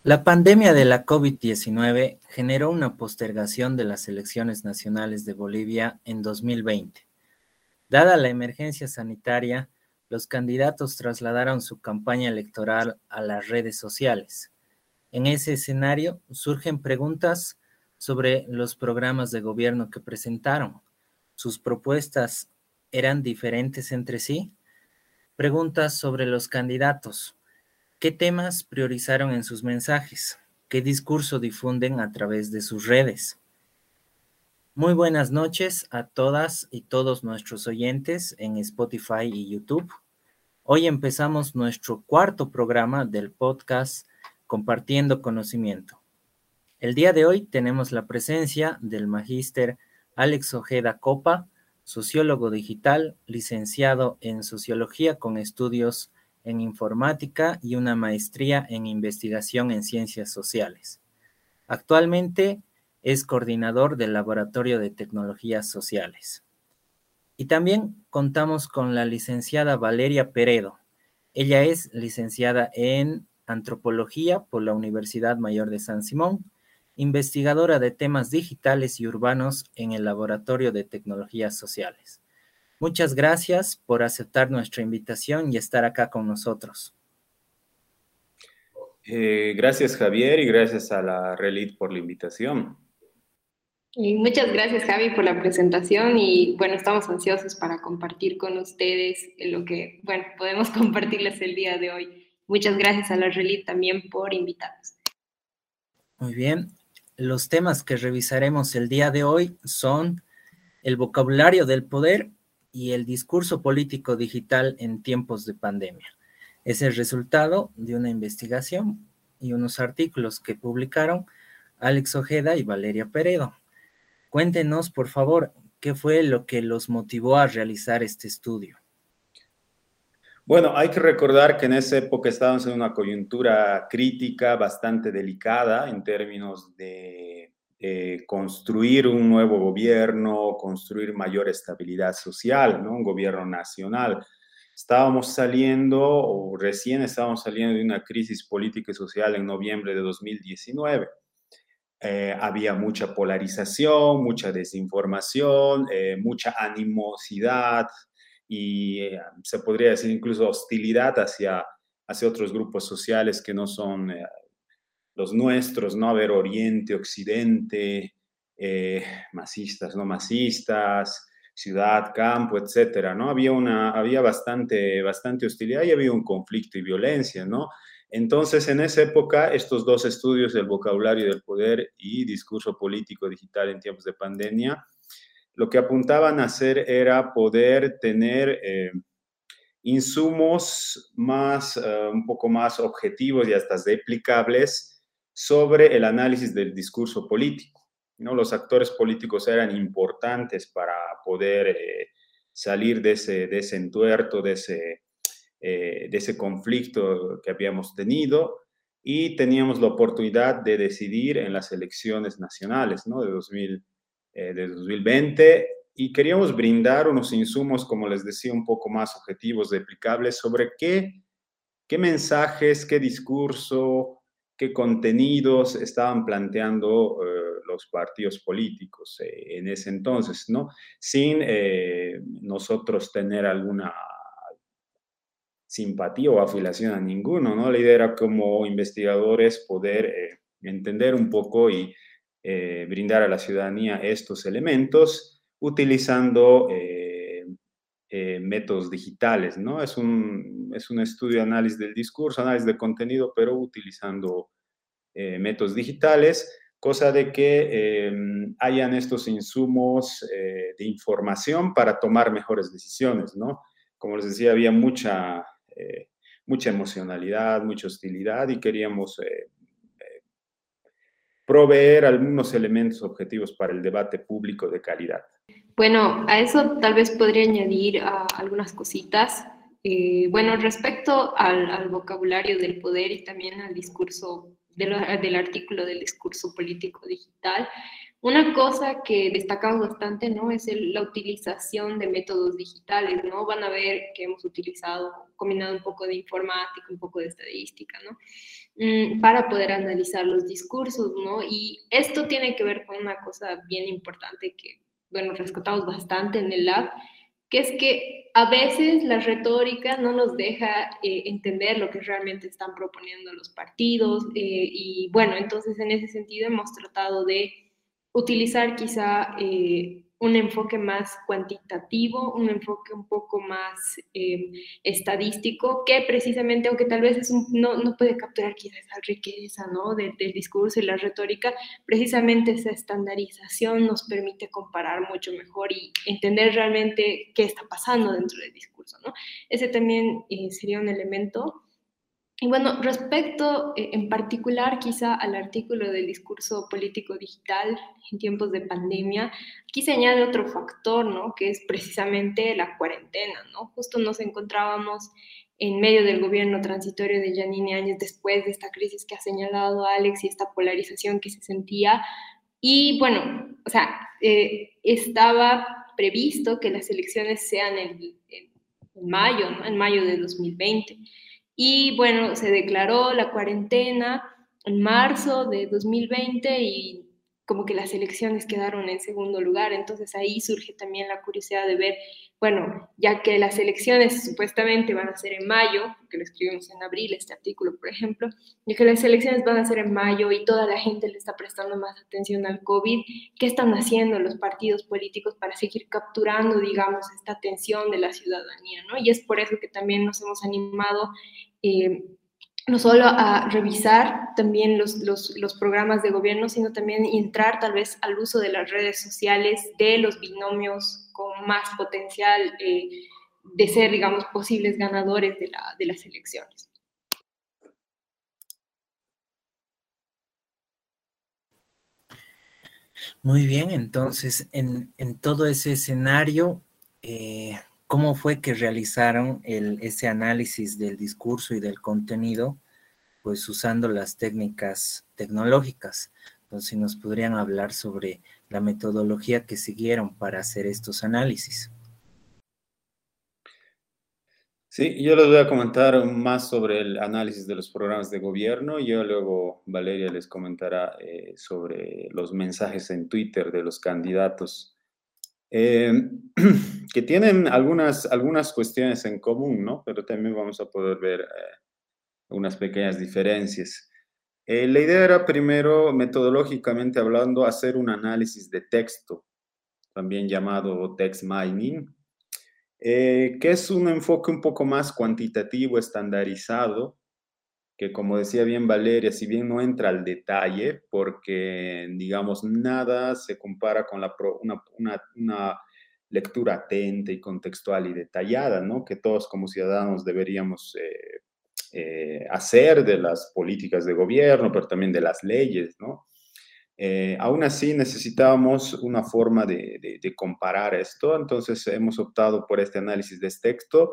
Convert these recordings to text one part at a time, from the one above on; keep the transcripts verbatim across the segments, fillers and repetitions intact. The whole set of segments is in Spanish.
La pandemia de la COVID diecinueve generó una postergación de las elecciones nacionales de Bolivia en dos mil veinte. Dada la emergencia sanitaria, los candidatos trasladaron su campaña electoral a las redes sociales. En ese escenario surgen preguntas sobre los programas de gobierno que presentaron. ¿Sus propuestas eran diferentes entre sí? Preguntas sobre los candidatos. ¿Qué temas priorizaron en sus mensajes? ¿Qué discurso difunden a través de sus redes? Muy buenas noches a todas y todos nuestros oyentes en Spotify y YouTube. Hoy empezamos nuestro cuarto programa del podcast Compartiendo Conocimiento. El día de hoy tenemos la presencia del magíster Alex Ojeda Copa, sociólogo digital, licenciado en Sociología con estudios en Informática y una maestría en Investigación en Ciencias Sociales. Actualmente es coordinador del Laboratorio de Tecnologías Sociales. Y también contamos con la licenciada Valeria Peredo. Ella es licenciada en Antropología por la Universidad Mayor de San Simón, investigadora de temas digitales y urbanos en el Laboratorio de Tecnologías Sociales. Muchas gracias por aceptar nuestra invitación y estar acá con nosotros. Eh, gracias, Javier, y gracias a la RELIT por la invitación. Y muchas gracias, Javi, por la presentación y, bueno, estamos ansiosos para compartir con ustedes lo que, bueno, podemos compartirles el día de hoy. Muchas gracias a la RELIT también por invitarnos. Muy bien. Los temas que revisaremos el día de hoy son el vocabulario del poder y el discurso político digital en tiempos de pandemia. Es el resultado de una investigación y unos artículos que publicaron Alex Ojeda y Valeria Peredo. Cuéntenos, por favor, qué fue lo que los motivó a realizar este estudio. Bueno, hay que recordar que en esa época estábamos en una coyuntura crítica bastante delicada en términos de eh, construir un nuevo gobierno, construir mayor estabilidad social, ¿no? Un gobierno nacional. Estábamos saliendo, o recién estábamos saliendo de una crisis política y social en noviembre de dos mil diecinueve. Eh, había mucha polarización, mucha desinformación, eh, mucha animosidad y eh, se podría decir incluso hostilidad hacia, hacia otros grupos sociales que no son eh, los nuestros, ¿no? A ver, Oriente, Occidente, eh, masistas, no masistas, ciudad, campo, etcétera, ¿no? Había, una, había bastante, bastante hostilidad y había un conflicto y violencia, ¿no? Entonces, en esa época, estos dos estudios, el vocabulario del poder y discurso político digital en tiempos de pandemia, lo que apuntaban a hacer era poder tener eh, insumos más, uh, un poco más objetivos y hasta replicables sobre el análisis del discurso político, ¿no? Los actores políticos eran importantes para poder eh, salir de ese, de ese entuerto, de ese, eh, de ese conflicto que habíamos tenido y teníamos la oportunidad de decidir en las elecciones nacionales, ¿no? de, dos mil, eh, de dos mil veinte y queríamos brindar unos insumos, como les decía, un poco más objetivos, replicables sobre qué, qué mensajes, qué discurso, qué contenidos estaban planteando eh, los partidos políticos eh, en ese entonces, ¿no? Sin eh, nosotros tener alguna simpatía o afiliación a ninguno, ¿no? La idea era como investigadores poder eh, entender un poco y eh, brindar a la ciudadanía estos elementos utilizando eh, eh, métodos digitales, ¿no? Es un, es un estudio de análisis del discurso, análisis de contenido, pero utilizando eh, métodos digitales, cosa de que eh, hayan estos insumos eh, de información para tomar mejores decisiones, ¿no? Como les decía, había mucha eh, mucha emocionalidad, mucha hostilidad y queríamos eh, eh, proveer algunos elementos objetivos para el debate público de calidad. Bueno, a eso tal vez podría añadir uh, algunas cositas. Eh, bueno, respecto al, al vocabulario del poder y también al discurso de lo, del artículo del discurso político digital, Una cosa que destacamos bastante, ¿no? Es el, la utilización de métodos digitales, ¿no? Van a ver que hemos utilizado, combinado un poco de informática, un poco de estadística, ¿no? Mm, para poder analizar los discursos, ¿no? Y esto tiene que ver con una cosa bien importante que, bueno, rescatamos bastante en el lab, que es que a veces la retórica no nos deja eh, entender lo que realmente están proponiendo los partidos eh, y bueno, entonces en ese sentido hemos tratado de utilizar quizá eh, un enfoque más cuantitativo, un enfoque un poco más eh, estadístico, que precisamente, aunque tal vez es un, no, no puede capturar quizá esa riqueza, ¿no? del, del discurso y la retórica, precisamente esa estandarización nos permite comparar mucho mejor y entender realmente qué está pasando dentro del discurso, ¿no? Ese también eh, sería un elemento. Y bueno, respecto eh, en particular quizá al artículo del discurso político digital en tiempos de pandemia, aquí se añade otro factor, ¿no? Que es precisamente la cuarentena, ¿no? Justo nos encontrábamos en medio del gobierno transitorio de Yanine Áñez después de esta crisis que ha señalado Alex y esta polarización que se sentía. Y bueno, o sea, eh, estaba previsto que las elecciones sean en, en, en mayo, ¿no? En mayo de dos mil veinte. Y bueno, se declaró la cuarentena en marzo de dos mil veinte y como que las elecciones quedaron en segundo lugar. Entonces ahí surge también la curiosidad de ver, bueno, ya que las elecciones supuestamente van a ser en mayo, que lo escribimos en abril, este artículo, por ejemplo, ya que las elecciones van a ser en mayo y toda la gente le está prestando más atención al COVID, ¿qué están haciendo los partidos políticos para seguir capturando, digamos, esta atención de la ciudadanía, ¿no? Y es por eso que también nos hemos animado eh, no solo a revisar también los, los, los, programas de gobierno, sino también entrar tal vez al uso de las redes sociales de los binomios con más potencial eh, de ser, digamos, posibles ganadores de, la, de las elecciones. Muy bien, entonces, en, en todo ese escenario, eh, ¿cómo fue que realizaron el, ese análisis del discurso y del contenido? Pues usando las técnicas tecnológicas. Entonces, si nos podrían hablar sobre la metodología que siguieron para hacer estos análisis. Sí, yo les voy a comentar más sobre el análisis de los programas de gobierno. Yo luego, Valeria les comentará eh, sobre los mensajes en Twitter de los candidatos, eh, que tienen algunas, algunas cuestiones en común, ¿no? Pero también vamos a poder ver eh, unas pequeñas diferencias. Eh, la idea era primero, metodológicamente hablando, hacer un análisis de texto, también llamado text mining, eh, que es un enfoque un poco más cuantitativo, estandarizado, que como decía bien Valeria, si bien no entra al detalle, porque digamos nada se compara con la pro, una, una, una lectura atenta y contextual y detallada, ¿no? Que todos como ciudadanos deberíamos eh, eh, hacer de las políticas de gobierno, pero también de las leyes, ¿no? Eh, aún así necesitábamos una forma de, de, de, comparar esto, entonces hemos optado por este análisis de texto.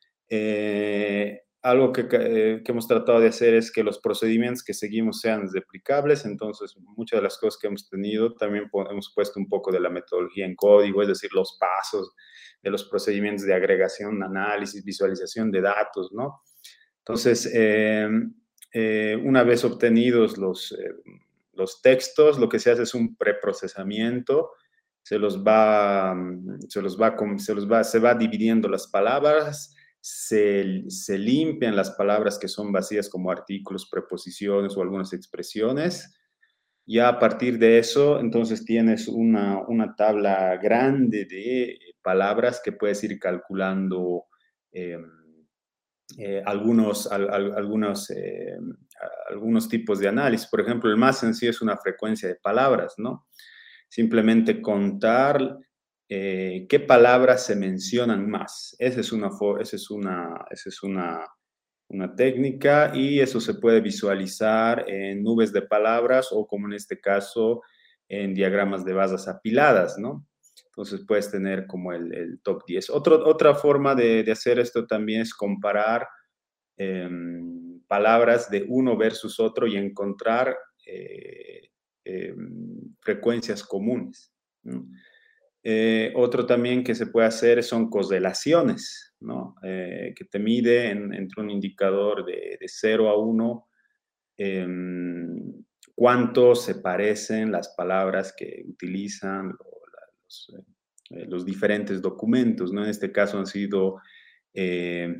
Eh, algo que, eh, que hemos tratado de hacer es que los procedimientos que seguimos sean replicables, entonces muchas de las cosas que hemos tenido también hemos puesto un poco de la metodología en código, es decir, los pasos de los procedimientos de agregación, análisis, visualización de datos, ¿no? Entonces, eh, eh, una vez obtenidos los, eh, los textos, lo que se hace es un preprocesamiento, se los va, se los va, se los va, se va dividiendo las palabras, se, se limpian las palabras que son vacías como artículos, preposiciones o algunas expresiones. Ya a partir de eso, entonces tienes una, una tabla grande de palabras que puedes ir calculando eh, eh, algunos, al, al, algunos, eh, algunos tipos de análisis. Por ejemplo, el más sencillo es una frecuencia de palabras, ¿no? Simplemente contar eh, qué palabras se mencionan más. Esa es una, esa es una, esa es una, una técnica y eso se puede visualizar en nubes de palabras o, como en este caso, en diagramas de basas apiladas, ¿no? Entonces puedes tener como el, el top diez. Otro, otra forma de, de hacer esto también es comparar eh, palabras de uno versus otro y encontrar eh, eh, frecuencias comunes, ¿no? Eh, otro también que se puede hacer son correlaciones, ¿no? Eh, que te mide en, entre un indicador de, de cero a uno eh, cuánto se parecen las palabras que utilizan los, eh, los diferentes documentos, ¿no? En este caso han sido eh,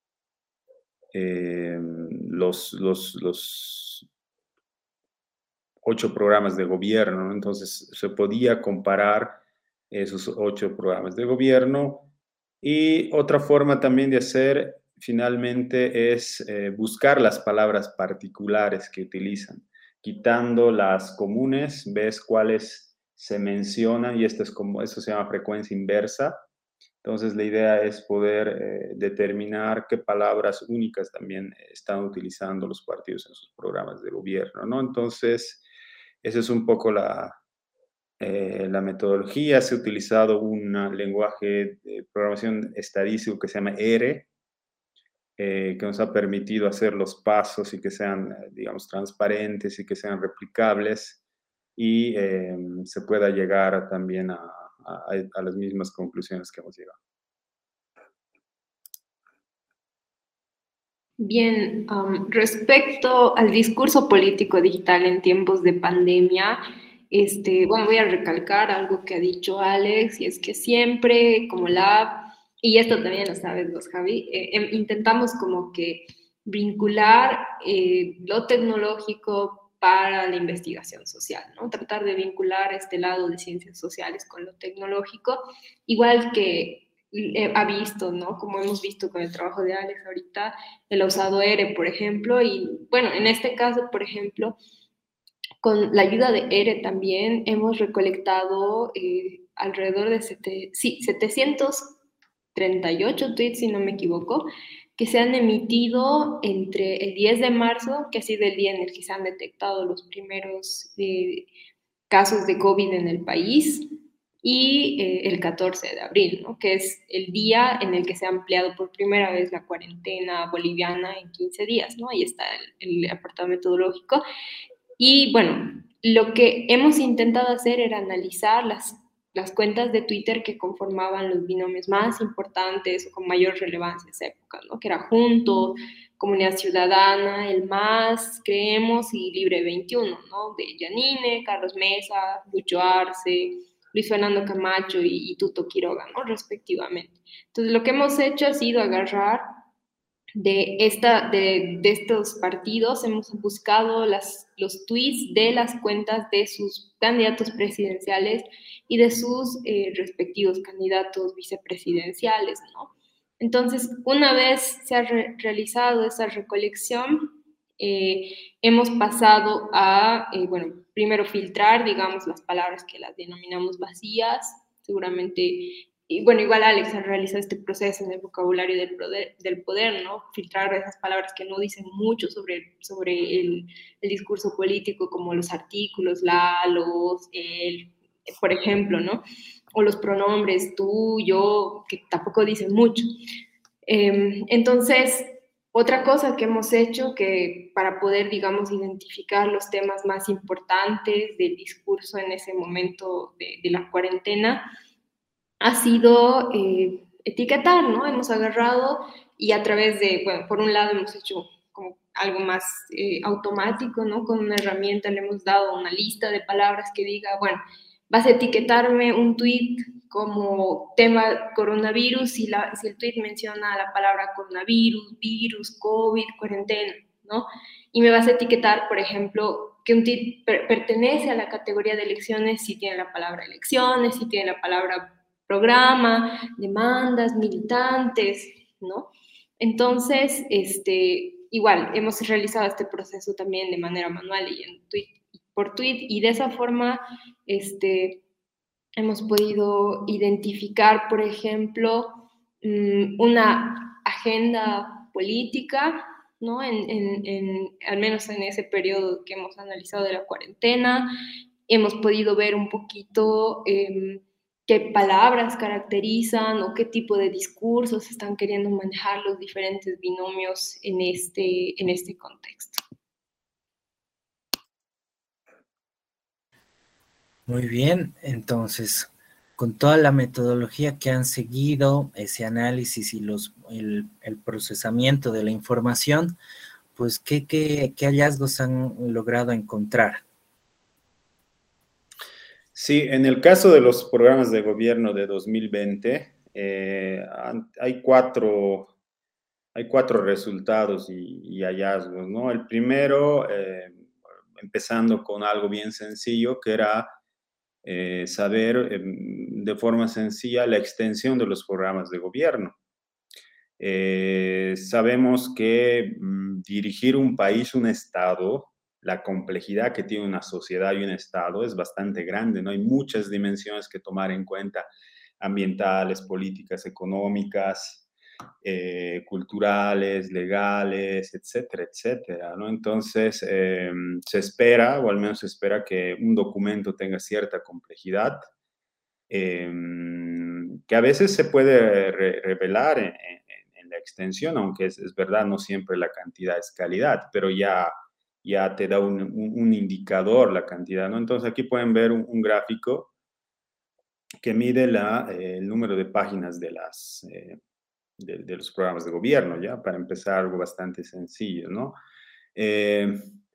eh, los, los, los ocho programas de gobierno, ¿no? Entonces se podía comparar esos ocho programas de gobierno. Y otra forma también de hacer finalmente es eh, buscar las palabras particulares que utilizan, quitando las comunes, ves cuáles se mencionan y esto es como, eso se llama frecuencia inversa. Entonces la idea es poder eh, determinar qué palabras únicas también están utilizando los partidos en sus programas de gobierno, ¿no? Entonces, esa es un poco la, eh, la metodología. Se ha utilizado un lenguaje de programación estadístico que se llama R, eh, que nos ha permitido hacer los pasos y que sean, digamos, transparentes y que sean replicables y eh, se pueda llegar también a, a, a las mismas conclusiones que hemos llegado. Bien, um, respecto al discurso político digital en tiempos de pandemia, este, bueno, voy a recalcar algo que ha dicho Alex, y es que siempre, como la, y esto también lo sabes vos, Javi, eh, intentamos como que vincular eh, lo tecnológico para la investigación social, ¿no? Tratar de vincular este lado de ciencias sociales con lo tecnológico, igual que ha visto, ¿no? Como hemos visto con el trabajo de Alex ahorita, el usado R, por ejemplo, y bueno, en este caso, por ejemplo, con la ayuda de R también hemos recolectado eh, alrededor de sete, sí, setecientos treinta y ocho tweets, si no me equivoco, que se han emitido entre el diez de marzo, que ha sido el día en el que se han detectado los primeros eh, casos de COVID en el país, y eh, el catorce de abril, ¿no? Que es el día en el que se ha ampliado por primera vez la cuarentena boliviana en quince días, ¿no? Ahí está el, el apartado metodológico. Y bueno, lo que hemos intentado hacer era analizar las, las cuentas de Twitter que conformaban los binomios más importantes o con mayor relevancia en esa época, ¿no? Que era Juntos, Comunidad Ciudadana, El Más, Creemos y Libre veintiuno, ¿no? De Yanine, Carlos Mesa, Lucho Arce, Luis Fernando Camacho y, y Tuto Quiroga, ¿no? Respectivamente. Entonces, lo que hemos hecho ha sido agarrar de, esta, de, de estos partidos, hemos buscado las, los tweets de las cuentas de sus candidatos presidenciales y de sus eh, respectivos candidatos vicepresidenciales, ¿no? Entonces, una vez se ha re realizado esa recolección, eh, hemos pasado a, eh, bueno, primero filtrar, digamos, las palabras que las denominamos vacías, seguramente. Y bueno, igual Alex ha realizado este proceso en el vocabulario del poder, del poder, ¿no? Filtrar esas palabras que no dicen mucho sobre, sobre el, el discurso político, como los artículos, la, los, el, por ejemplo, ¿no? O los pronombres tú, yo, que tampoco dicen mucho. Eh, entonces, otra cosa que hemos hecho que para poder, digamos, identificar los temas más importantes del discurso en ese momento de, de la cuarentena, ha sido eh, etiquetar, ¿no? Hemos agarrado y a través de, bueno, por un lado hemos hecho como algo más eh, automático, ¿no? Con una herramienta le hemos dado una lista de palabras que diga, bueno, vas a etiquetarme un tweet como tema coronavirus y la, si el tweet menciona la palabra coronavirus, virus, COVID, cuarentena, ¿no? Y me vas a etiquetar, por ejemplo, que un tweet per pertenece a la categoría de elecciones si tiene la palabra elecciones, si tiene la palabra programa, demandas, militantes, ¿no? Entonces, este, igual, hemos realizado este proceso también de manera manual y en tweet, por tweet, y de esa forma, este, hemos podido identificar, por ejemplo, una agenda política, ¿no? En, en, en, al menos en ese periodo que hemos analizado de la cuarentena, hemos podido ver un poquito eh, qué palabras caracterizan o qué tipo de discursos están queriendo manejar los diferentes binomios en este, en este contexto. Muy bien, entonces, con toda la metodología que han seguido, ese análisis y los, el, el procesamiento de la información, pues, ¿qué, qué, qué hallazgos han logrado encontrar? Sí, en el caso de los programas de gobierno de dos mil veinte, eh, hay cuatro, hay cuatro resultados y, y hallazgos, ¿no? El primero, eh, empezando con algo bien sencillo, que era eh, saber eh, de forma sencilla la extensión de los programas de gobierno. Eh, sabemos que mmm, dirigir un país, un estado, la complejidad que tiene una sociedad y un estado es bastante grande, ¿no? Hay muchas dimensiones que tomar en cuenta, ambientales, políticas, económicas, eh, culturales, legales, etcétera, etcétera, ¿no? Entonces, eh, se espera, o al menos se espera que un documento tenga cierta complejidad, eh, que a veces se puede re revelar en, en, en, la extensión, aunque es, es, verdad, no siempre la cantidad es calidad, pero ya, ya te da un, un, un indicador la cantidad, ¿no? Entonces aquí pueden ver un, un gráfico que mide la, eh, el número de páginas de, las, eh, de, de, los programas de gobierno, ¿ya? Para empezar, algo bastante sencillo, ¿no? Eh,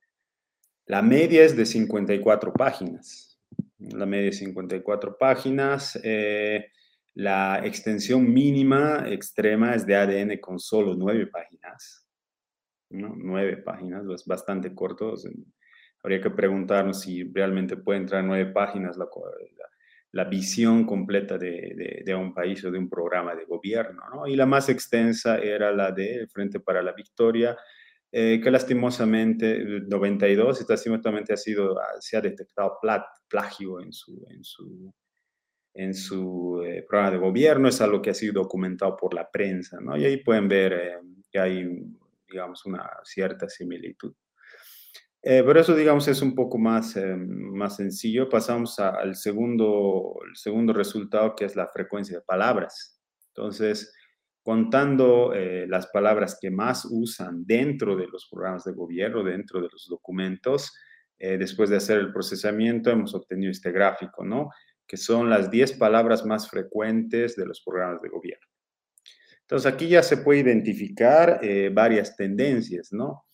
la media es de cincuenta y cuatro páginas. La media es cincuenta y cuatro páginas. Eh, la extensión mínima extrema es de A D N con solo nueve páginas. ¿No? Nueve páginas, es bastante corto. O sea, habría que preguntarnos si realmente puede entrar nueve páginas la, la, la visión completa de, de, de, un país o de un programa de gobierno, ¿no? Y la más extensa era la de Frente para la Victoria, eh, que lastimosamente, noventa y dos, lastimosamente ha sido, se ha detectado plagio en su, en su, en su eh, programa de gobierno, es algo que ha sido documentado por la prensa, ¿no? Y ahí pueden ver eh, que hay, digamos, una cierta similitud. Eh, pero eso, digamos, es un poco más, eh, más sencillo. Pasamos a, al segundo, el segundo resultado, que es la frecuencia de palabras. Entonces, contando eh, las palabras que más usan dentro de los programas de gobierno, dentro de los documentos, eh, después de hacer el procesamiento, hemos obtenido este gráfico, ¿no? Que son las diez palabras más frecuentes de los programas de gobierno. Entonces, aquí ya se puede identificar eh, varias tendencias, ¿no?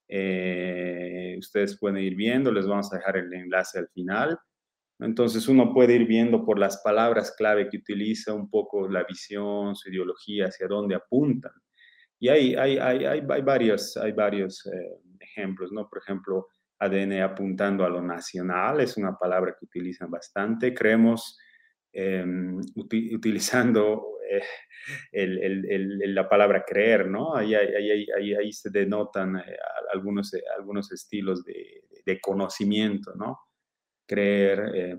Eh, ustedes pueden ir viendo, les vamos a dejar el enlace al final. Entonces, uno puede ir viendo por las palabras clave que utiliza un poco la visión, su ideología, hacia dónde apuntan. Y hay, hay, hay, hay, hay varios, hay varios eh, ejemplos, ¿no? Por ejemplo, A D N apuntando a lo nacional, es una palabra que utilizan bastante. Creemos eh, uti utilizando eh, el, el, el, la palabra creer, ¿no? Ahí, ahí, ahí, ahí, ahí se denotan eh, algunos, eh, algunos estilos de, de, conocimiento, ¿no? Creer. Eh,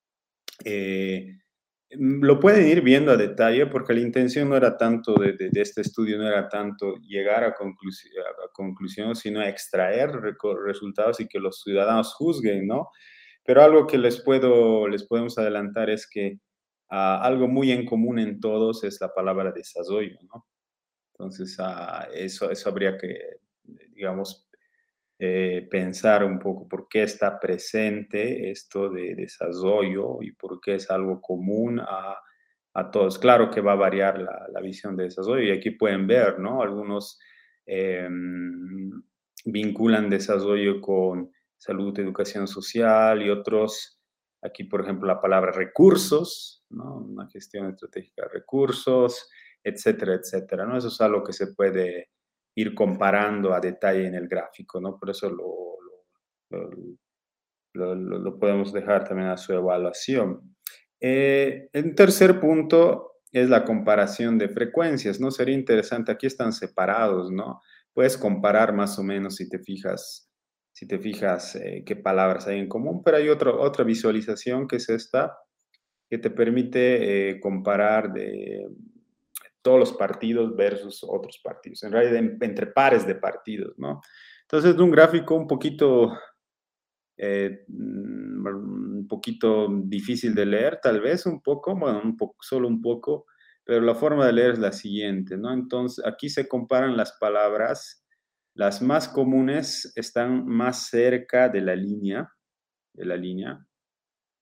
eh, lo pueden ir viendo a detalle porque la intención no era tanto de, de, de este estudio, no era tanto llegar a, conclusi a conclusiones, sino a extraer resultados y que los ciudadanos juzguen, ¿no? Pero algo que les, puedo, les podemos adelantar es que uh, algo muy en común en todos es la palabra desarrollo, ¿no? Entonces, uh, eso, eso habría que, digamos, Eh, pensar un poco por qué está presente esto de desarrollo y por qué es algo común a, a todos. Claro que va a variar la, la, visión de desarrollo y aquí pueden ver, ¿no? Algunos eh, vinculan desarrollo con salud, educación social y otros, aquí por ejemplo la palabra recursos, ¿no? Una gestión estratégica de recursos, etcétera, etcétera, ¿no? Eso es algo que se puede ir comparando a detalle en el gráfico, ¿no? Por eso lo, lo, lo, lo, lo podemos dejar también a su evaluación. Eh, el tercer punto es la comparación de frecuencias, ¿no? Sería interesante, aquí están separados, ¿no? Puedes comparar más o menos si te fijas, si te fijas eh, qué palabras hay en común, pero hay otro, otra visualización que es esta, que te permite eh, comparar de todos los partidos versus otros partidos, en realidad entre pares de partidos, ¿no? Entonces, es un gráfico un poquito, eh, un poquito difícil de leer, tal vez un poco, bueno, un poco, solo un poco, pero la forma de leer es la siguiente, ¿no? Entonces, aquí se comparan las palabras, las más comunes están más cerca de la línea, de la línea,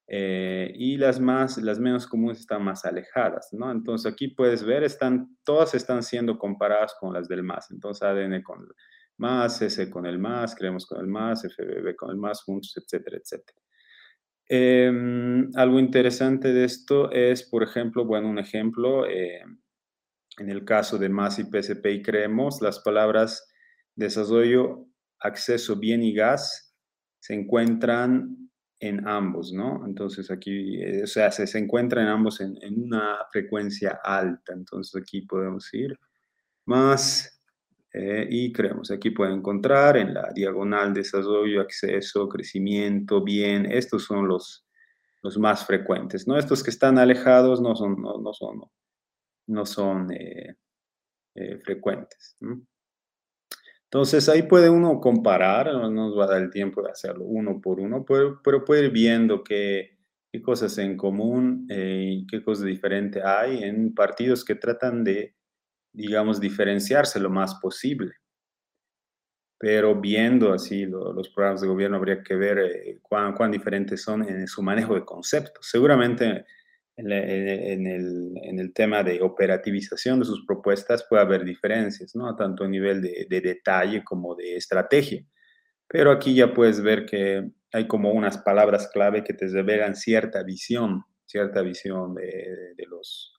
eh, y las, más, las menos comunes están más alejadas, ¿no? Entonces aquí puedes ver, están, todas están siendo comparadas con las del más. Entonces A D N con el más, S con el más, creemos con el más, F B B con el más, juntos, etcétera, etcétera. Eh, algo interesante de esto es, por ejemplo, bueno, un ejemplo, eh, en el caso de más y P C P y creemos, las palabras desarrollo, acceso, bien y gas se encuentran en ambos, ¿no? Entonces aquí, eh, o sea, se, se encuentran en ambos en, en una frecuencia alta. Entonces aquí podemos ir más eh, y creemos. Aquí pueden encontrar en la diagonal desarrollo, acceso, crecimiento, bien. Estos son los, los más frecuentes, ¿no? Estos que están alejados no son, no, no son, no, no son eh, eh, frecuentes, ¿no? Entonces ahí puede uno comparar, no nos va a dar el tiempo de hacerlo uno por uno, pero, pero puede ir viendo qué, qué cosas en común eh, y qué cosas diferentes hay en partidos que tratan de, digamos, diferenciarse lo más posible. Pero viendo así lo, los programas de gobierno habría que ver eh, cuán, cuán diferentes son en su manejo de conceptos. Seguramente en, en, el, en el tema de operativización de sus propuestas puede haber diferencias, ¿no? Tanto a nivel de, de detalle como de estrategia. Pero aquí ya puedes ver que hay como unas palabras clave que te revelan cierta visión, cierta visión de, de los,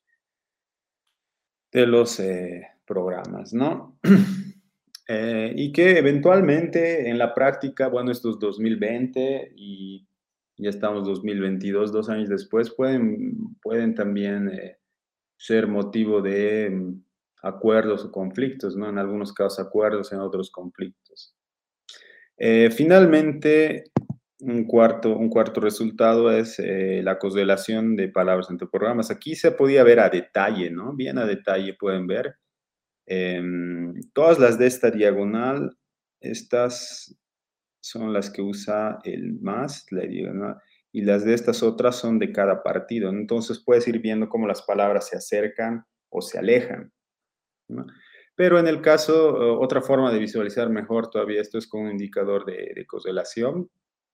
de los eh, programas, ¿no? Eh, y que eventualmente en la práctica, bueno, estos dos mil veinte y ya estamos dos mil veintidós, dos años después, pueden, pueden también eh, ser motivo de mm, acuerdos o conflictos, ¿no? En algunos casos acuerdos, en otros conflictos. Eh, finalmente, un cuarto, un cuarto resultado es eh, la correlación de palabras entre programas. Aquí se podía ver a detalle, ¿no? Bien a detalle pueden ver. Eh, todas las de esta diagonal, estas son las que usa el más, la diagonal, y las de estas otras son de cada partido. Entonces puedes ir viendo cómo las palabras se acercan o se alejan, ¿no? Pero en el caso, otra forma de visualizar mejor todavía esto es con un indicador de, de correlación.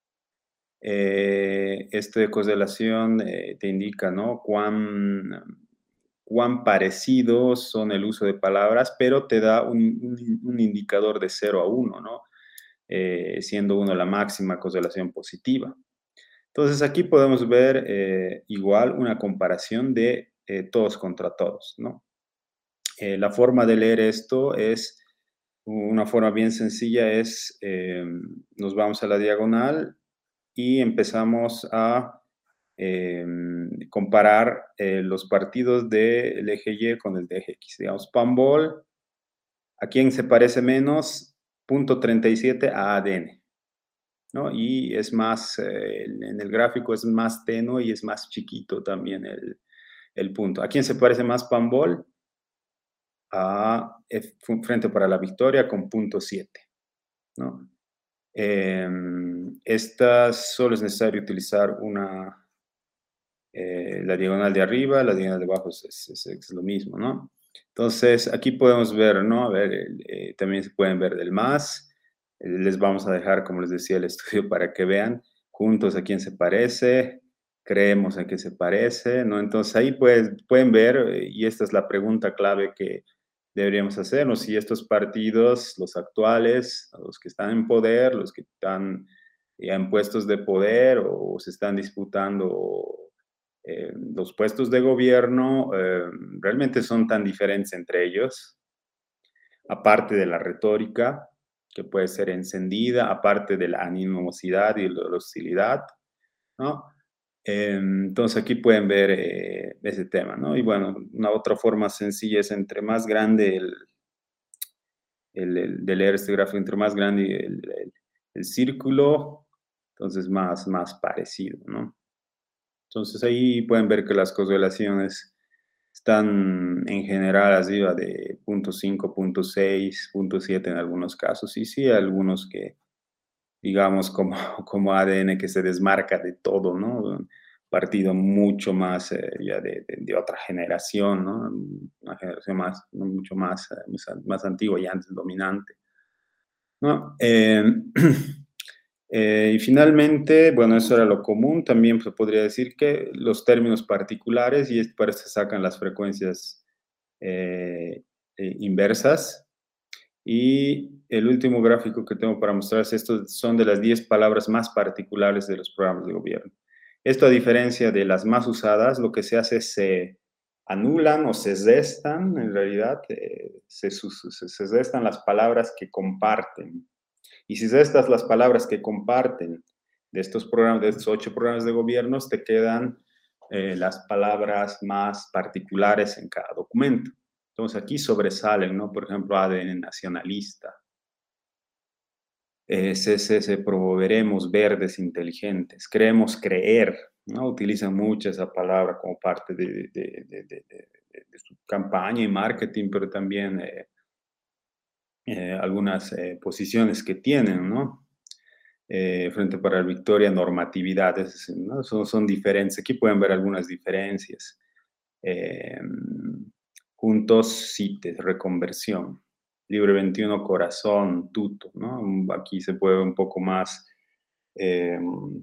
Eh, este de correlación eh, te indica, ¿no? Cuán cuán parecidos son el uso de palabras, pero te da un, un, un indicador de cero a uno, ¿no? Eh, siendo uno la máxima correlación positiva. Entonces aquí podemos ver eh, igual una comparación de eh, todos contra todos, ¿no? Eh, la forma de leer esto es, una forma bien sencilla es, eh, nos vamos a la diagonal y empezamos a eh, comparar eh, los partidos del eje Y con el de eje X. Digamos, Pambol, ¿a quién se parece menos? punto treinta y siete a A D N, ¿no? Y es más, eh, en el gráfico es más tenue y es más chiquito también el, el punto. ¿A quién se parece más Pambol? A F, Frente para la Victoria con punto siete, ¿no? Eh, estas solo es necesario utilizar una Eh, la diagonal de arriba, la diagonal de abajo es, es, es lo mismo, ¿no? Entonces, aquí podemos ver, ¿no? A ver, eh, también se pueden ver del más. Eh, les vamos a dejar, como les decía, el estudio para que vean juntos a quién se parece, creemos a qué se parece, ¿no? Entonces, ahí pues, pueden ver, eh, y esta es la pregunta clave que deberíamos hacernos, si estos partidos, los actuales, los que están en poder, los que están ya en puestos de poder o se están disputando eh, los puestos de gobierno eh, realmente son tan diferentes entre ellos, aparte de la retórica, que puede ser encendida, aparte de la animosidad y la hostilidad, ¿no? Eh, entonces aquí pueden ver eh, ese tema, ¿no? Y bueno, una otra forma sencilla es entre más grande el, el, el de leer este gráfico, entre más grande el, el, el círculo, entonces más, más parecido, ¿no? Entonces ahí pueden ver que las correlaciones están en general arriba de punto cinco, punto seis, punto siete en algunos casos. Y sí, algunos que, digamos, como, como A D N que se desmarca de todo, ¿no? Un partido mucho más eh, ya de, de, de, otra generación, ¿no? Una generación más, mucho más, más, más antigua y antes dominante, ¿no? Eh, Eh, y finalmente, bueno, eso era lo común, también se podría decir que los términos particulares, y es para eso se sacan las frecuencias eh, eh, inversas. Y el último gráfico que tengo para mostrarles, estos son de las diez palabras más particulares de los programas de gobierno. Esto, a diferencia de las más usadas, lo que se hace es se anulan o se destan, en realidad, eh, se, se, se destan las palabras que comparten. Y si estas las palabras que comparten de estos programas, de estos ocho programas de gobierno, te quedan eh, las palabras más particulares en cada documento. Entonces aquí sobresalen, ¿no? Por ejemplo, A D N nacionalista, eh, C C C, promoveremos verdes inteligentes, creemos creer, ¿no? Utilizan mucho esa palabra como parte de, de, de, de, de, de su campaña y marketing, pero también eh, eh, algunas eh, posiciones que tienen, ¿no? Eh, frente para la victoria, normatividades, ¿no? Son, son diferentes. Aquí pueden ver algunas diferencias. Eh, juntos, CITES, reconversión. Libre veintiuno, corazón, tuto, ¿no? Aquí se puede ver un poco más, eh,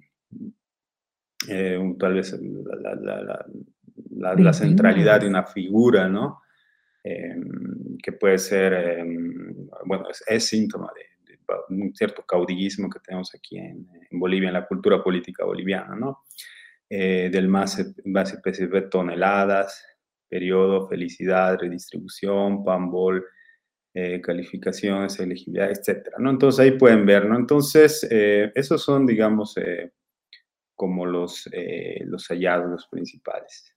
eh, un, tal vez la, la, la, la, la centralidad de una figura, ¿no? Eh, que puede ser, eh, bueno, es, es síntoma de, de, un cierto caudillismo que tenemos aquí en, en Bolivia, en la cultura política boliviana, ¿no? Eh, del más, más P C B, toneladas, periodo, felicidad, redistribución, PAMBOL, eh, calificaciones, elegibilidad, etcétera, ¿no? Entonces ahí pueden ver, ¿no? Entonces, eh, esos son, digamos, eh, como los, eh, los hallazgos principales.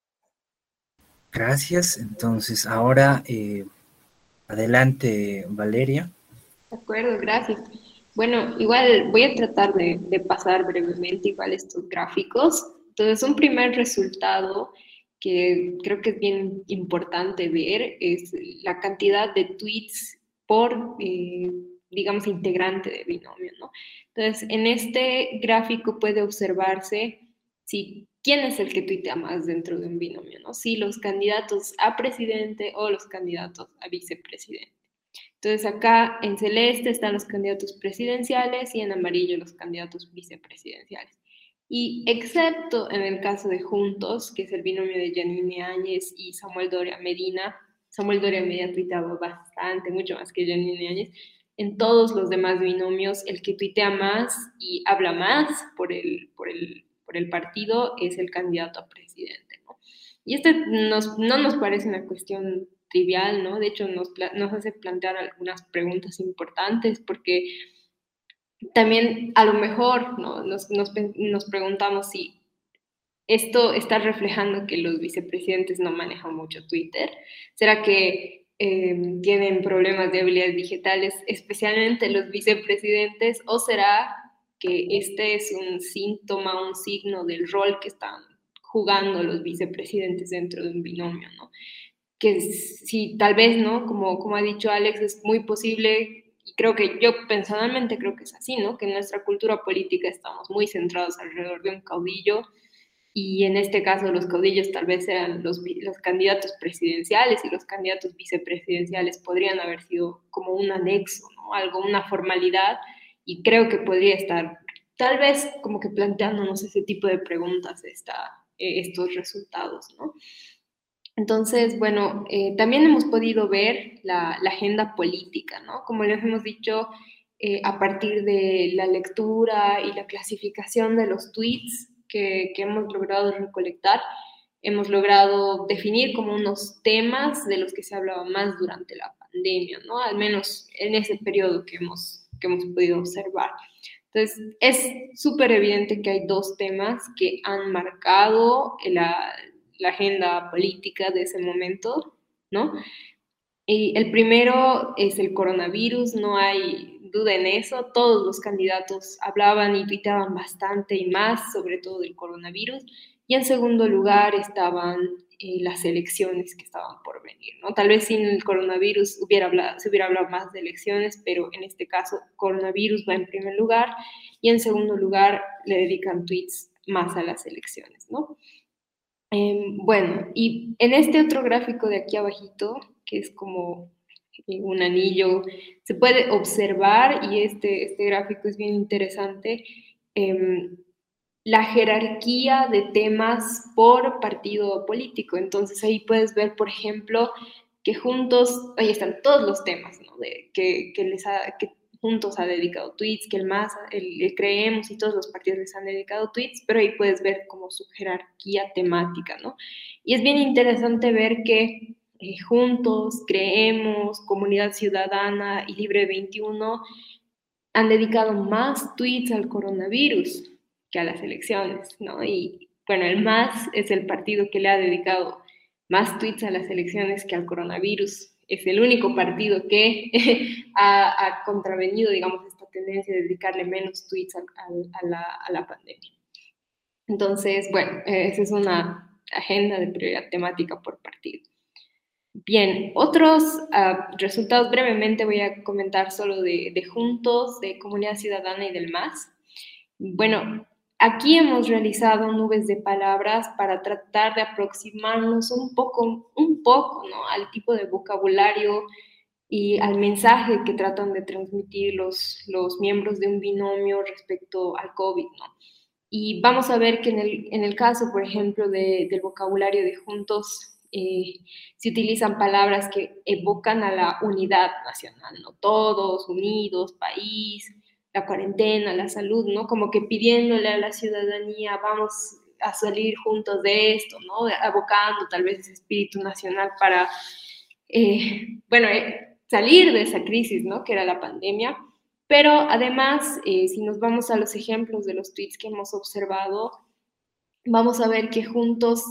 Gracias. Entonces, ahora eh, adelante, Valeria. De acuerdo, gracias. Bueno, igual voy a tratar de, de pasar brevemente igual estos gráficos. Entonces, un primer resultado que creo que es bien importante ver es la cantidad de tweets por, eh, digamos, integrante de binomio, ¿no? Entonces, en este gráfico puede observarse si quién es el que tuitea más dentro de un binomio, ¿no? Si los candidatos a presidente o los candidatos a vicepresidente. Entonces acá en celeste están los candidatos presidenciales y en amarillo los candidatos vicepresidenciales. Y excepto en el caso de Juntos, que es el binomio de Yanine Áñez y Samuel Doria Medina, Samuel Doria Medina tuiteaba bastante, mucho más que Yanine Áñez. En todos los demás binomios, el que tuitea más y habla más por el, por el, por el partido es el candidato a presidente, ¿no? Y este nos, no nos parece una cuestión trivial, ¿no? De hecho, nos, nos hace plantear algunas preguntas importantes porque también a lo mejor, ¿no? nos, nos, nos preguntamos si esto está reflejando que los vicepresidentes no manejan mucho Twitter. ¿Será que eh, tienen problemas de habilidades digitales, especialmente los vicepresidentes? ¿O será que este es un síntoma, un signo del rol que están jugando los vicepresidentes dentro de un binomio, ¿no? Que si tal vez, ¿no? Como, como ha dicho Alex, es muy posible, y creo que yo personalmente creo que es así, ¿no? Que en nuestra cultura política estamos muy centrados alrededor de un caudillo, y en este caso los caudillos tal vez sean los, los candidatos presidenciales y los candidatos vicepresidenciales podrían haber sido como un anexo, ¿no? Algo, una formalidad, y creo que podría estar tal vez como que planteándonos ese tipo de preguntas esta, eh, estos resultados, ¿no? Entonces, bueno, eh, también hemos podido ver la, la, agenda política, ¿no? Como les hemos dicho, eh, a partir de la lectura y la clasificación de los tweets que, que hemos logrado recolectar, hemos logrado definir como unos temas de los que se hablaba más durante la pandemia, ¿no? Al menos en ese periodo que hemos, que hemos podido observar. Entonces, es súper evidente que hay dos temas que han marcado la, la agenda política de ese momento, ¿no? Y el primero es el coronavirus, no hay duda en eso. Todos los candidatos hablaban y tuiteaban bastante y más, sobre todo del coronavirus. Y en segundo lugar estaban eh, las elecciones que estaban por venir, ¿no? Tal vez sin el coronavirus hubiera hablado, se hubiera hablado más de elecciones, pero en este caso coronavirus va en primer lugar y en segundo lugar le dedican tweets más a las elecciones, ¿no? Eh, bueno, y en este otro gráfico de aquí abajito, que es como un anillo. Se puede observar, y este, este gráfico es bien interesante, eh, la jerarquía de temas por partido político. Entonces ahí puedes ver, por ejemplo, que Juntos, ahí están todos los temas, ¿no? De, que, que, les ha, que Juntos ha dedicado tweets, que el MAS, el, el Creemos y todos los partidos les han dedicado tweets, pero ahí puedes ver como su jerarquía temática, ¿no? Y es bien interesante ver que eh, Juntos, Creemos, Comunidad Ciudadana y Libre veintiuno han dedicado más tweets al coronavirus que a las elecciones, ¿no? Y bueno, el MAS es el partido que le ha dedicado más tweets a las elecciones que al coronavirus. Es el único partido que ha, ha, contravenido, digamos, esta tendencia de dedicarle menos tweets a, a, a, la, a la pandemia. Entonces, bueno, eh, esa es una agenda de prioridad temática por partido. Bien, otros uh, resultados brevemente voy a comentar solo de, de Juntos, de Comunidad Ciudadana y del MAS. Bueno, aquí hemos realizado nubes de palabras para tratar de aproximarnos un poco, un poco, ¿no? Al tipo de vocabulario y al mensaje que tratan de transmitir los, los miembros de un binomio respecto al COVID, ¿no? Y vamos a ver que en el, en el caso, por ejemplo, de, del vocabulario de Juntos, Eh, se utilizan palabras que evocan a la unidad nacional, ¿no? Todos unidos, país, la cuarentena, la salud, ¿no? Como que pidiéndole a la ciudadanía, vamos a salir juntos de esto, ¿no? Abocando tal vez ese espíritu nacional para, eh, bueno, eh, salir de esa crisis, ¿no? Que era la pandemia. Pero además, eh, si nos vamos a los ejemplos de los tweets que hemos observado, vamos a ver que Juntos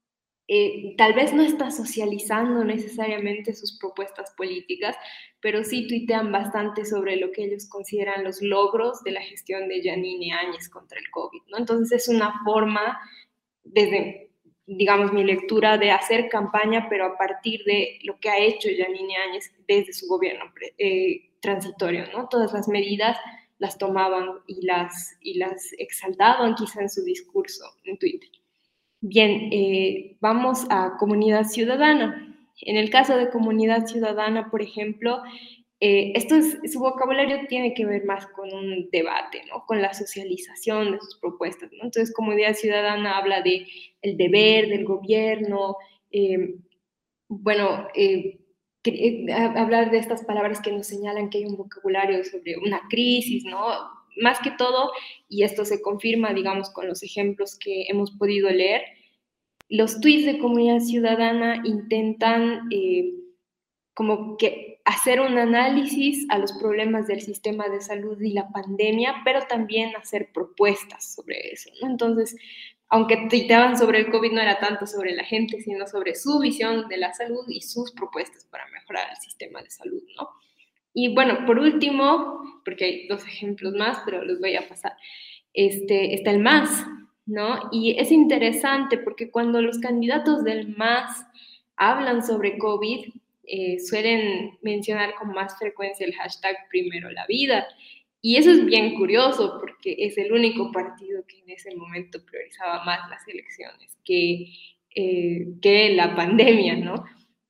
Eh, tal vez no está socializando necesariamente sus propuestas políticas, pero sí tuitean bastante sobre lo que ellos consideran los logros de la gestión de Yanine Áñez contra el COVID, ¿no? Entonces es una forma, desde, digamos, mi lectura, de hacer campaña, pero a partir de lo que ha hecho Yanine Áñez desde su gobierno eh, transitorio, ¿no? Todas las medidas las tomaban y las, y las exaltaban quizá en su discurso en Twitter. Bien, eh, vamos a comunidad ciudadana. En el caso de comunidad ciudadana, por ejemplo, eh, esto es, su vocabulario tiene que ver más con un debate, ¿no? Con la socialización de sus propuestas, ¿no? Entonces, comunidad ciudadana habla de el deber del gobierno, eh, bueno, eh, que, hablar de estas palabras que nos señalan que hay un vocabulario sobre una crisis, ¿no? Más que todo, y esto se confirma, digamos, con los ejemplos que hemos podido leer, los tweets de comunidad ciudadana intentan eh, como que hacer un análisis a los problemas del sistema de salud y la pandemia, pero también hacer propuestas sobre eso, ¿no? Entonces, aunque tuiteaban sobre el COVID, no era tanto sobre la gente, sino sobre su visión de la salud y sus propuestas para mejorar el sistema de salud, ¿no? Y bueno, por último, porque hay dos ejemplos más, pero los voy a pasar, este, está el MAS, ¿no? Y es interesante porque cuando los candidatos del MAS hablan sobre COVID, eh, suelen mencionar con más frecuencia el hashtag primero la vida. Y eso es bien curioso porque es el único partido que en ese momento priorizaba más las elecciones que, eh, que la pandemia, ¿no?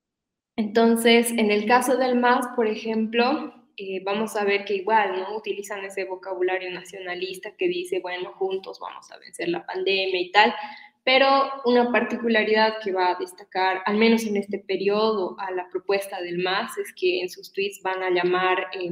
Entonces, en el caso del MAS, por ejemplo, eh, vamos a ver que igual, ¿no? Utilizan ese vocabulario nacionalista que dice, bueno, juntos vamos a vencer la pandemia y tal, pero una particularidad que va a destacar, al menos en este periodo, a la propuesta del MAS es que en sus tweets van a llamar eh,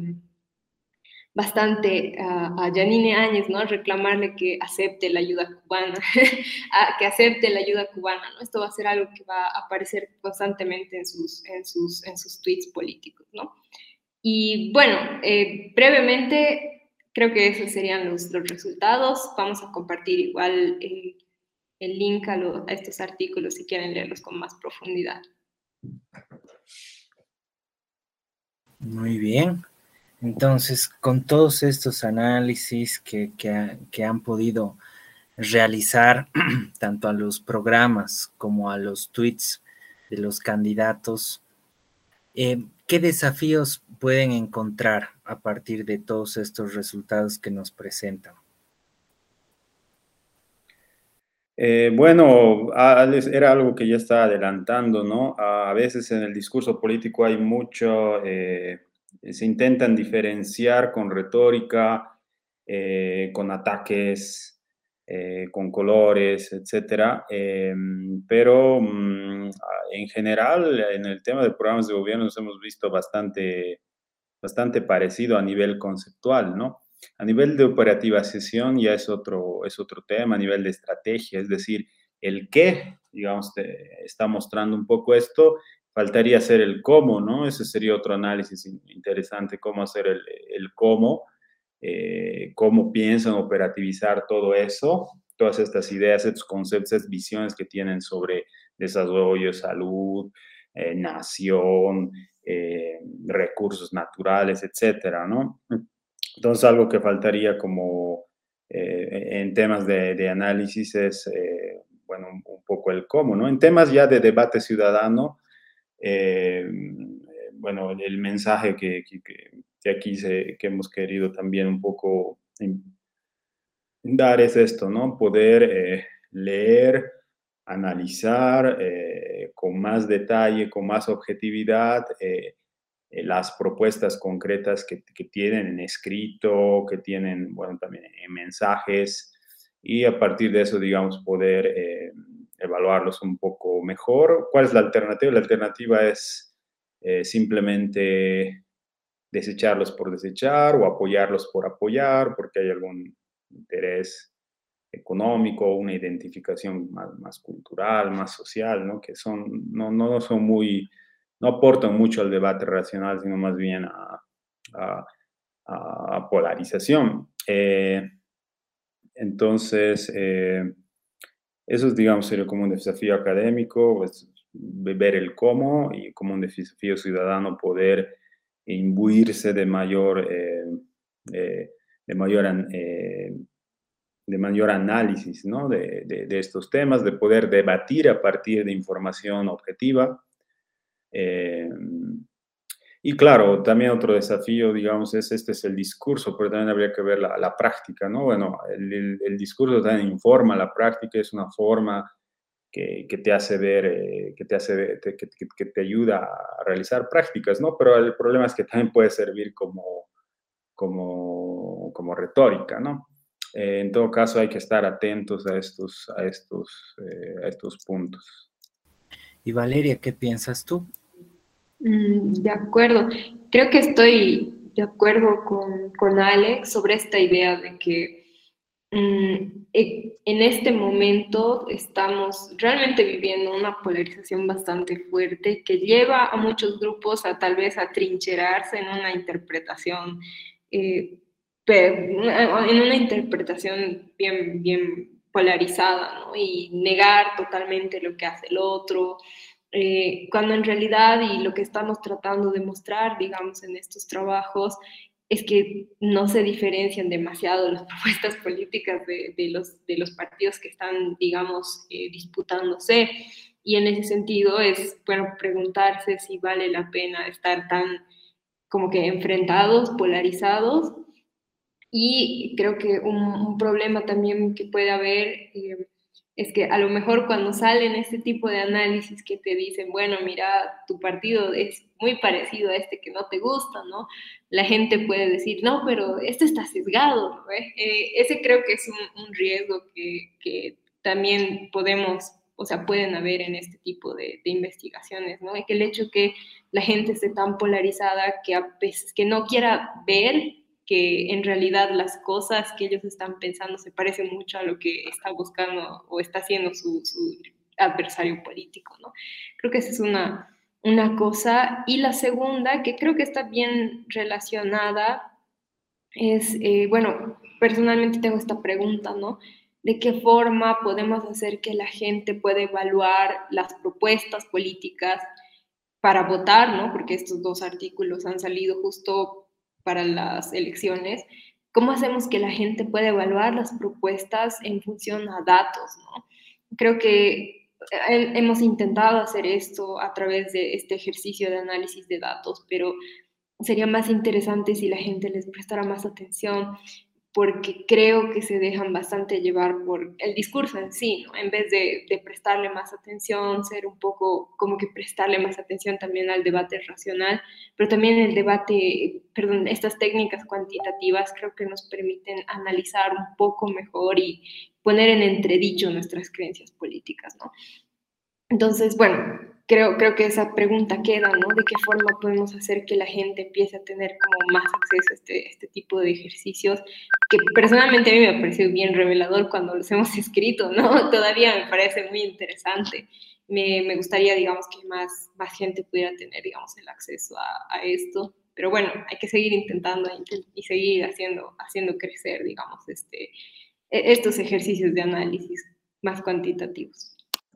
bastante a, a Yanine Áñez, ¿no? Reclamarle que acepte la ayuda cubana, a, que acepte la ayuda cubana, ¿no? Esto va a ser algo que va a aparecer constantemente en sus, en sus, en sus tweets políticos, ¿no? Y bueno, eh, brevemente, creo que esos serían los, los resultados. Vamos a compartir igual eh, el link a, lo, a estos artículos si quieren leerlos con más profundidad. Muy bien. Entonces, con todos estos análisis que, que, que han podido realizar tanto a los programas como a los tweets de los candidatos, eh, ¿qué desafíos pueden encontrar a partir de todos estos resultados que nos presentan? Eh, bueno, Alex, era algo que ya estaba adelantando, ¿no? A veces en el discurso político hay mucho, eh, se intentan diferenciar con retórica, eh, con ataques, eh, con colores, etcétera. Eh, pero mm, en general, en el tema de programas de gobierno nos hemos visto bastante, bastante parecido a nivel conceptual, ¿no? A nivel de operativización ya es otro, es otro tema, a nivel de estrategia, es decir, el qué, digamos, te está mostrando un poco esto, faltaría hacer el cómo, ¿no? Ese sería otro análisis interesante, cómo hacer el, el cómo, eh, cómo piensan operativizar todo eso, todas estas ideas, estos conceptos, estas visiones que tienen sobre desarrollo, salud, eh, nación, eh, recursos naturales, etcétera, ¿no? Entonces, algo que faltaría como eh, en temas de, de análisis es, eh, bueno, un, un, poco el cómo, ¿no? En temas ya de debate ciudadano, eh, bueno, el mensaje que, que, que aquí se, que hemos querido también un poco dar es esto, ¿no? Poder eh, leer, analizar eh, con más detalle, con más objetividad, eh, eh, las propuestas concretas que, que, tienen en escrito, que tienen, bueno, también en mensajes, y a partir de eso, digamos, poder eh, evaluarlos un poco mejor. ¿Cuál es la alternativa? La alternativa es eh, simplemente desecharlos por desechar o apoyarlos por apoyar, porque hay algún interés económico, una identificación más, más cultural, más social, ¿no? Que son, no, no son muy, no aportan mucho al debate racional, sino más bien a, a, a polarización. Eh, entonces, eh, eso es, digamos, sería como un desafío académico, pues, ver el cómo, y como un desafío ciudadano poder imbuirse de mayor, eh, eh, de mayor eh, de mayor análisis, ¿no? de, de, de, estos temas, de poder debatir a partir de información objetiva. Eh, y claro, también otro desafío, digamos, es este es el discurso, pero también habría que ver la, la práctica, ¿no? Bueno, el, el, el, discurso también informa, la práctica es una forma que, que te hace ver, eh, que, te hace ver que, que, que te ayuda a realizar prácticas, ¿no? Pero el problema es que también puede servir como, como, como retórica, ¿no? Eh, en todo caso, hay que estar atentos a estos, a estos, eh, a estos puntos. Y Valeria, ¿qué piensas tú? Mm, de acuerdo. Creo que estoy de acuerdo con, con Alex sobre esta idea de que mm, en este momento estamos realmente viviendo una polarización bastante fuerte que lleva a muchos grupos a tal vez a trincherarse en una interpretación eh, en una interpretación bien, bien polarizada, ¿no? Y negar totalmente lo que hace el otro, eh, cuando en realidad, y lo que estamos tratando de mostrar, digamos, en estos trabajos, es que no se diferencian demasiado las propuestas políticas de, de, los, de los partidos que están, digamos, eh, disputándose. Y en ese sentido es, bueno, preguntarse si vale la pena estar tan como que enfrentados, polarizados. Y creo que un, un problema también que puede haber eh, es que a lo mejor cuando salen este tipo de análisis que te dicen, bueno, mira, tu partido es muy parecido a este que no te gusta, ¿no? La gente puede decir, no, pero este está sesgado, ¿no? Eh, ese creo que es un, un riesgo que, que también podemos, o sea, pueden haber en este tipo de, de investigaciones, ¿no? Y que el hecho que la gente esté tan polarizada que a veces que no quiera ver que en realidad las cosas que ellos están pensando se parecen mucho a lo que está buscando o está haciendo su, su adversario político, ¿no? Creo que esa es una, una cosa. Y la segunda, que creo que está bien relacionada, es, eh, bueno, personalmente tengo esta pregunta, ¿no? ¿De qué forma podemos hacer que la gente pueda evaluar las propuestas políticas para votar, ¿no? Porque estos dos artículos han salido justo para las elecciones. ¿Cómo hacemos que la gente pueda evaluar las propuestas en función a datos, ¿no? Creo que hemos intentado hacer esto a través de este ejercicio de análisis de datos, pero sería más interesante si la gente les prestara más atención. porque creo que se dejan bastante llevar por el discurso en sí, ¿no? En vez de, de prestarle más atención, ser un poco como que prestarle más atención también al debate racional, pero también el debate, perdón, estas técnicas cuantitativas creo que nos permiten analizar un poco mejor y poner en entredicho nuestras creencias políticas, ¿no? Entonces, bueno, creo, creo que esa pregunta queda, ¿no? ¿De qué forma podemos hacer que la gente empiece a tener como más acceso a este, este tipo de ejercicios? Que personalmente a mí me ha parecido bien revelador cuando los hemos escrito, ¿no? Todavía me parece muy interesante. Me, me gustaría, digamos, que más, más gente pudiera tener, digamos, el acceso a, a esto. Pero bueno, hay que seguir intentando y seguir haciendo, haciendo crecer, digamos, este, estos ejercicios de análisis más cuantitativos.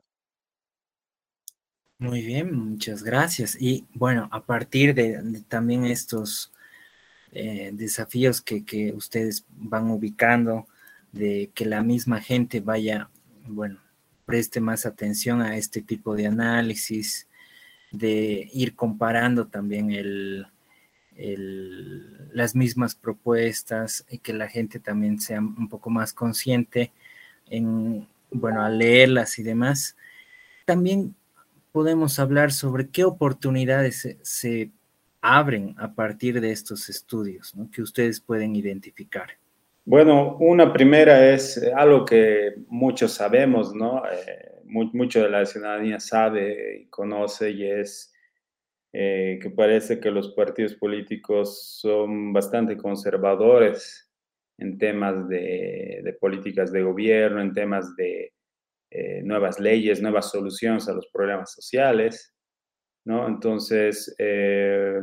Muy bien, muchas gracias. Y bueno, a partir de, de también estos eh, desafíos que, que ustedes van ubicando, de que la misma gente vaya, bueno, preste más atención a este tipo de análisis, de ir comparando también el, el, las mismas propuestas y que la gente también sea un poco más consciente en, bueno, al leerlas y demás. También podemos hablar sobre qué oportunidades se, se abren a partir de estos estudios, ¿no?, que ustedes pueden identificar. Bueno, una primera es algo que muchos sabemos, ¿no? Eh, mu mucho de la ciudadanía sabe y conoce, y es eh, que parece que los partidos políticos son bastante conservadores en temas de, de políticas de gobierno, en temas de eh, nuevas leyes, nuevas soluciones a los problemas sociales, ¿no? Entonces, eh,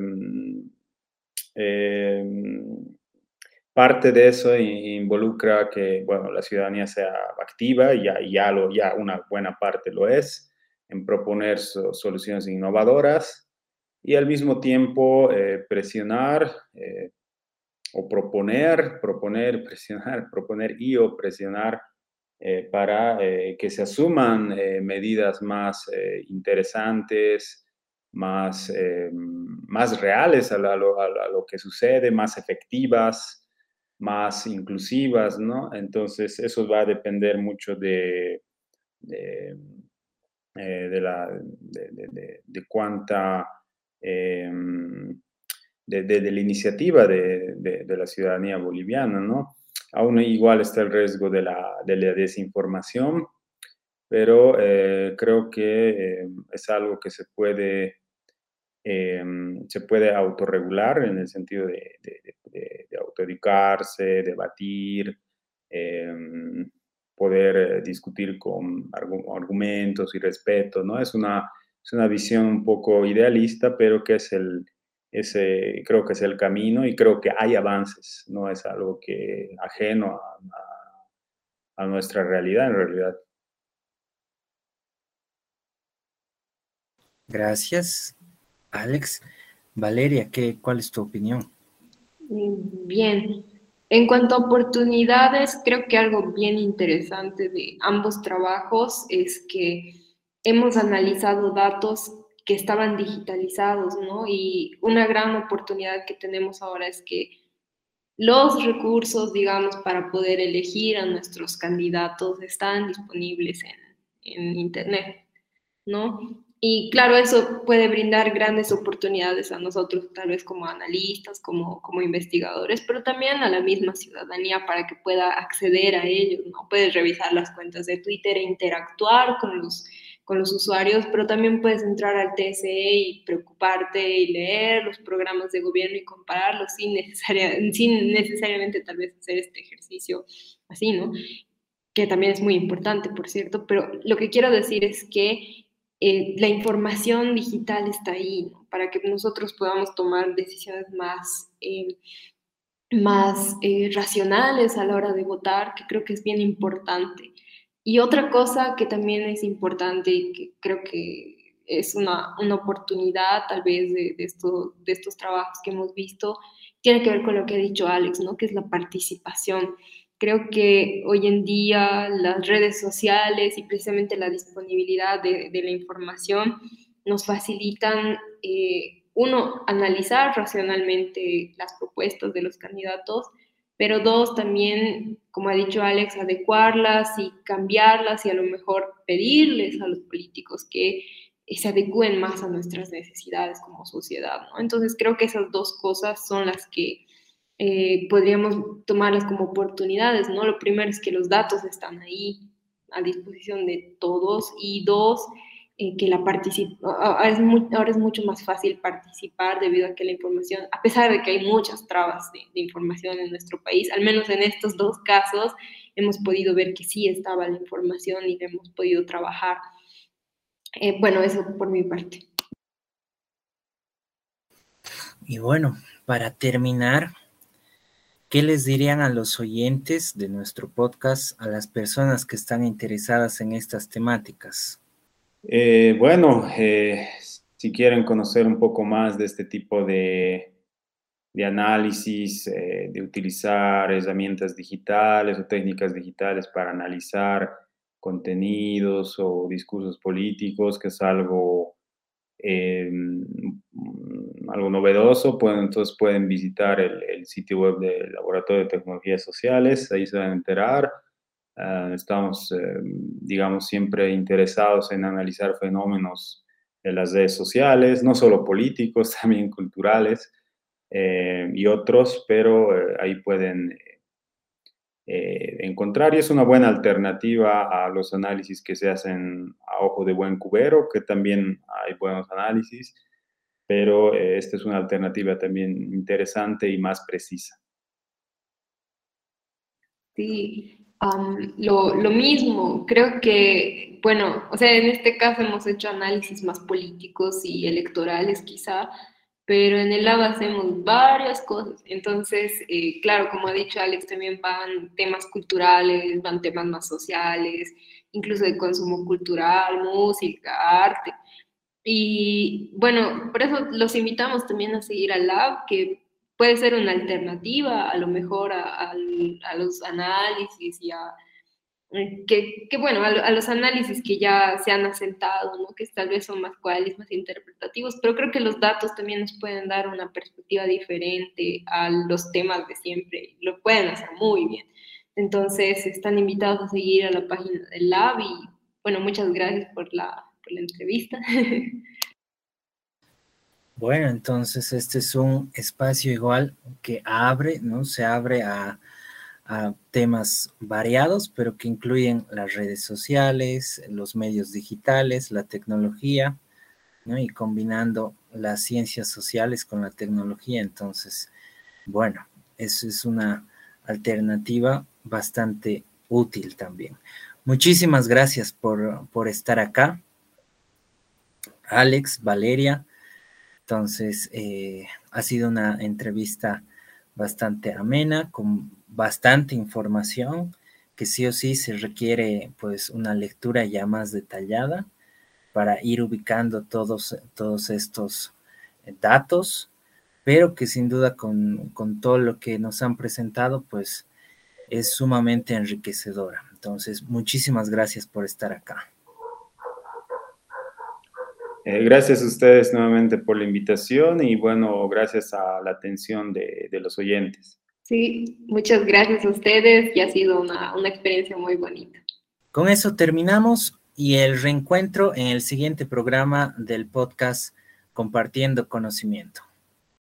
eh, parte de eso involucra que, bueno, la ciudadanía sea activa, y ya, ya, lo, ya una buena parte lo es, en proponer so, soluciones innovadoras, y al mismo tiempo eh, presionar eh, o proponer, proponer, presionar, proponer y o presionar eh, para eh, que se asuman eh, medidas más eh, interesantes, más, eh, más reales a, la, a, lo, a lo que sucede, más efectivas, más inclusivas, ¿no? Entonces, eso va a depender mucho de, de, eh, de, la, de, de, de cuánta... Eh, de, de, de, la iniciativa de, de, de, la ciudadanía boliviana, ¿no? Aún igual está el riesgo de la, de la desinformación, pero eh, creo que eh, es algo que se puede, eh, se puede autorregular en el sentido de, de, de, de autoeducarse, debatir, eh, poder discutir con argumentos y respeto, ¿no? Es una, es una visión un poco idealista, pero que es el, ese, creo que es el camino, y creo que hay avances, no es algo que ajeno a, a, a nuestra realidad en realidad. Gracias, Alex. Valeria, ¿qué, ¿cuál es tu opinión? Bien, en cuanto a oportunidades, creo que algo bien interesante de ambos trabajos es que hemos analizado datos que estaban digitalizados, ¿no? Y una gran oportunidad que tenemos ahora es que los recursos, digamos, para poder elegir a nuestros candidatos están disponibles en, en Internet, ¿no? Y claro, eso puede brindar grandes oportunidades a nosotros, tal vez como analistas, como, como investigadores, pero también a la misma ciudadanía para que pueda acceder a ellos, ¿no? Puedes revisar las cuentas de Twitter e interactuar con los, con los usuarios, pero también puedes entrar al T S E y preocuparte y leer los programas de gobierno y compararlos sin, necesaria, sin necesariamente tal vez hacer este ejercicio así, ¿no? Que también es muy importante, por cierto, pero lo que quiero decir es que eh, la información digital está ahí, ¿no? Para que nosotros podamos tomar decisiones más, eh, más eh, racionales a la hora de votar, que creo que es bien importante. Y otra cosa que también es importante y que creo que es una, una oportunidad tal vez de, de, esto, de estos trabajos que hemos visto, tiene que ver con lo que ha dicho Alex, ¿no? Que es la participación. Creo que hoy en día las redes sociales y precisamente la disponibilidad de, de la información nos facilitan, eh, uno, analizar racionalmente las propuestas de los candidatos, pero dos, también, como ha dicho Alex, adecuarlas y cambiarlas y a lo mejor pedirles a los políticos que se adecúen más a nuestras necesidades como sociedad, ¿no? Entonces creo que esas dos cosas son las que eh, podríamos tomarlas como oportunidades, ¿no? Lo primero es que los datos están ahí a disposición de todos y dos, eh, que la participa es muy, ahora es mucho más fácil participar debido a que la información, a pesar de que hay muchas trabas de, de información en nuestro país, al menos en estos dos casos hemos podido ver que sí estaba la información y hemos podido trabajar. Eh, bueno, eso por mi parte. Y bueno, para terminar, ¿qué les dirían a los oyentes de nuestro podcast, a las personas que están interesadas en estas temáticas? Eh, bueno, eh, si quieren conocer un poco más de este tipo de, de análisis, eh, de utilizar herramientas digitales o técnicas digitales para analizar contenidos o discursos políticos, que es algo, eh, algo novedoso, pueden, entonces pueden visitar el, el sitio web del Laboratorio de Tecnologías Sociales, ahí se van a enterar. Uh, estamos, eh, digamos, siempre interesados en analizar fenómenos de las redes sociales, no solo políticos, también culturales eh, y otros, pero eh, ahí pueden eh, encontrar, y es una buena alternativa a los análisis que se hacen a ojo de buen cubero, que también hay buenos análisis, pero eh, esta es una alternativa también interesante y más precisa. Sí, um, lo, lo mismo, creo que, bueno, o sea, en este caso hemos hecho análisis más políticos y electorales quizá, pero en el lab hacemos varias cosas. Entonces, eh, claro, como ha dicho Alex, también van temas culturales, van temas más sociales, incluso de consumo cultural, música, arte. Y bueno, por eso los invitamos también a seguir al lab, que puede ser una alternativa a lo mejor a, a, a los análisis y a, que, que bueno, a, a, los análisis que ya se han asentado, ¿no? Que tal vez son más cuales, más interpretativos, pero creo que los datos también nos pueden dar una perspectiva diferente a los temas de siempre, lo pueden hacer muy bien. Entonces, están invitados a seguir a la página del lab y bueno, muchas gracias por la, por la entrevista. Bueno, entonces este es un espacio igual que abre, ¿no? Se abre a, a temas variados, pero que incluyen las redes sociales, los medios digitales, la tecnología, ¿no? Y combinando las ciencias sociales con la tecnología. Entonces, bueno, eso es una alternativa bastante útil también. Muchísimas gracias por, por estar acá. Alex, Valeria. Entonces, eh, ha sido una entrevista bastante amena, con bastante información, que sí o sí se requiere pues una lectura ya más detallada para ir ubicando todos, todos estos datos, pero que sin duda con, con todo lo que nos han presentado, pues es sumamente enriquecedora. Entonces, muchísimas gracias por estar acá. Eh, gracias a ustedes nuevamente por la invitación y bueno, gracias a la atención de, de los oyentes. Sí, muchas gracias a ustedes y ha sido una, una experiencia muy bonita. Con eso terminamos y el reencuentro en el siguiente programa del podcast Compartiendo Conocimiento.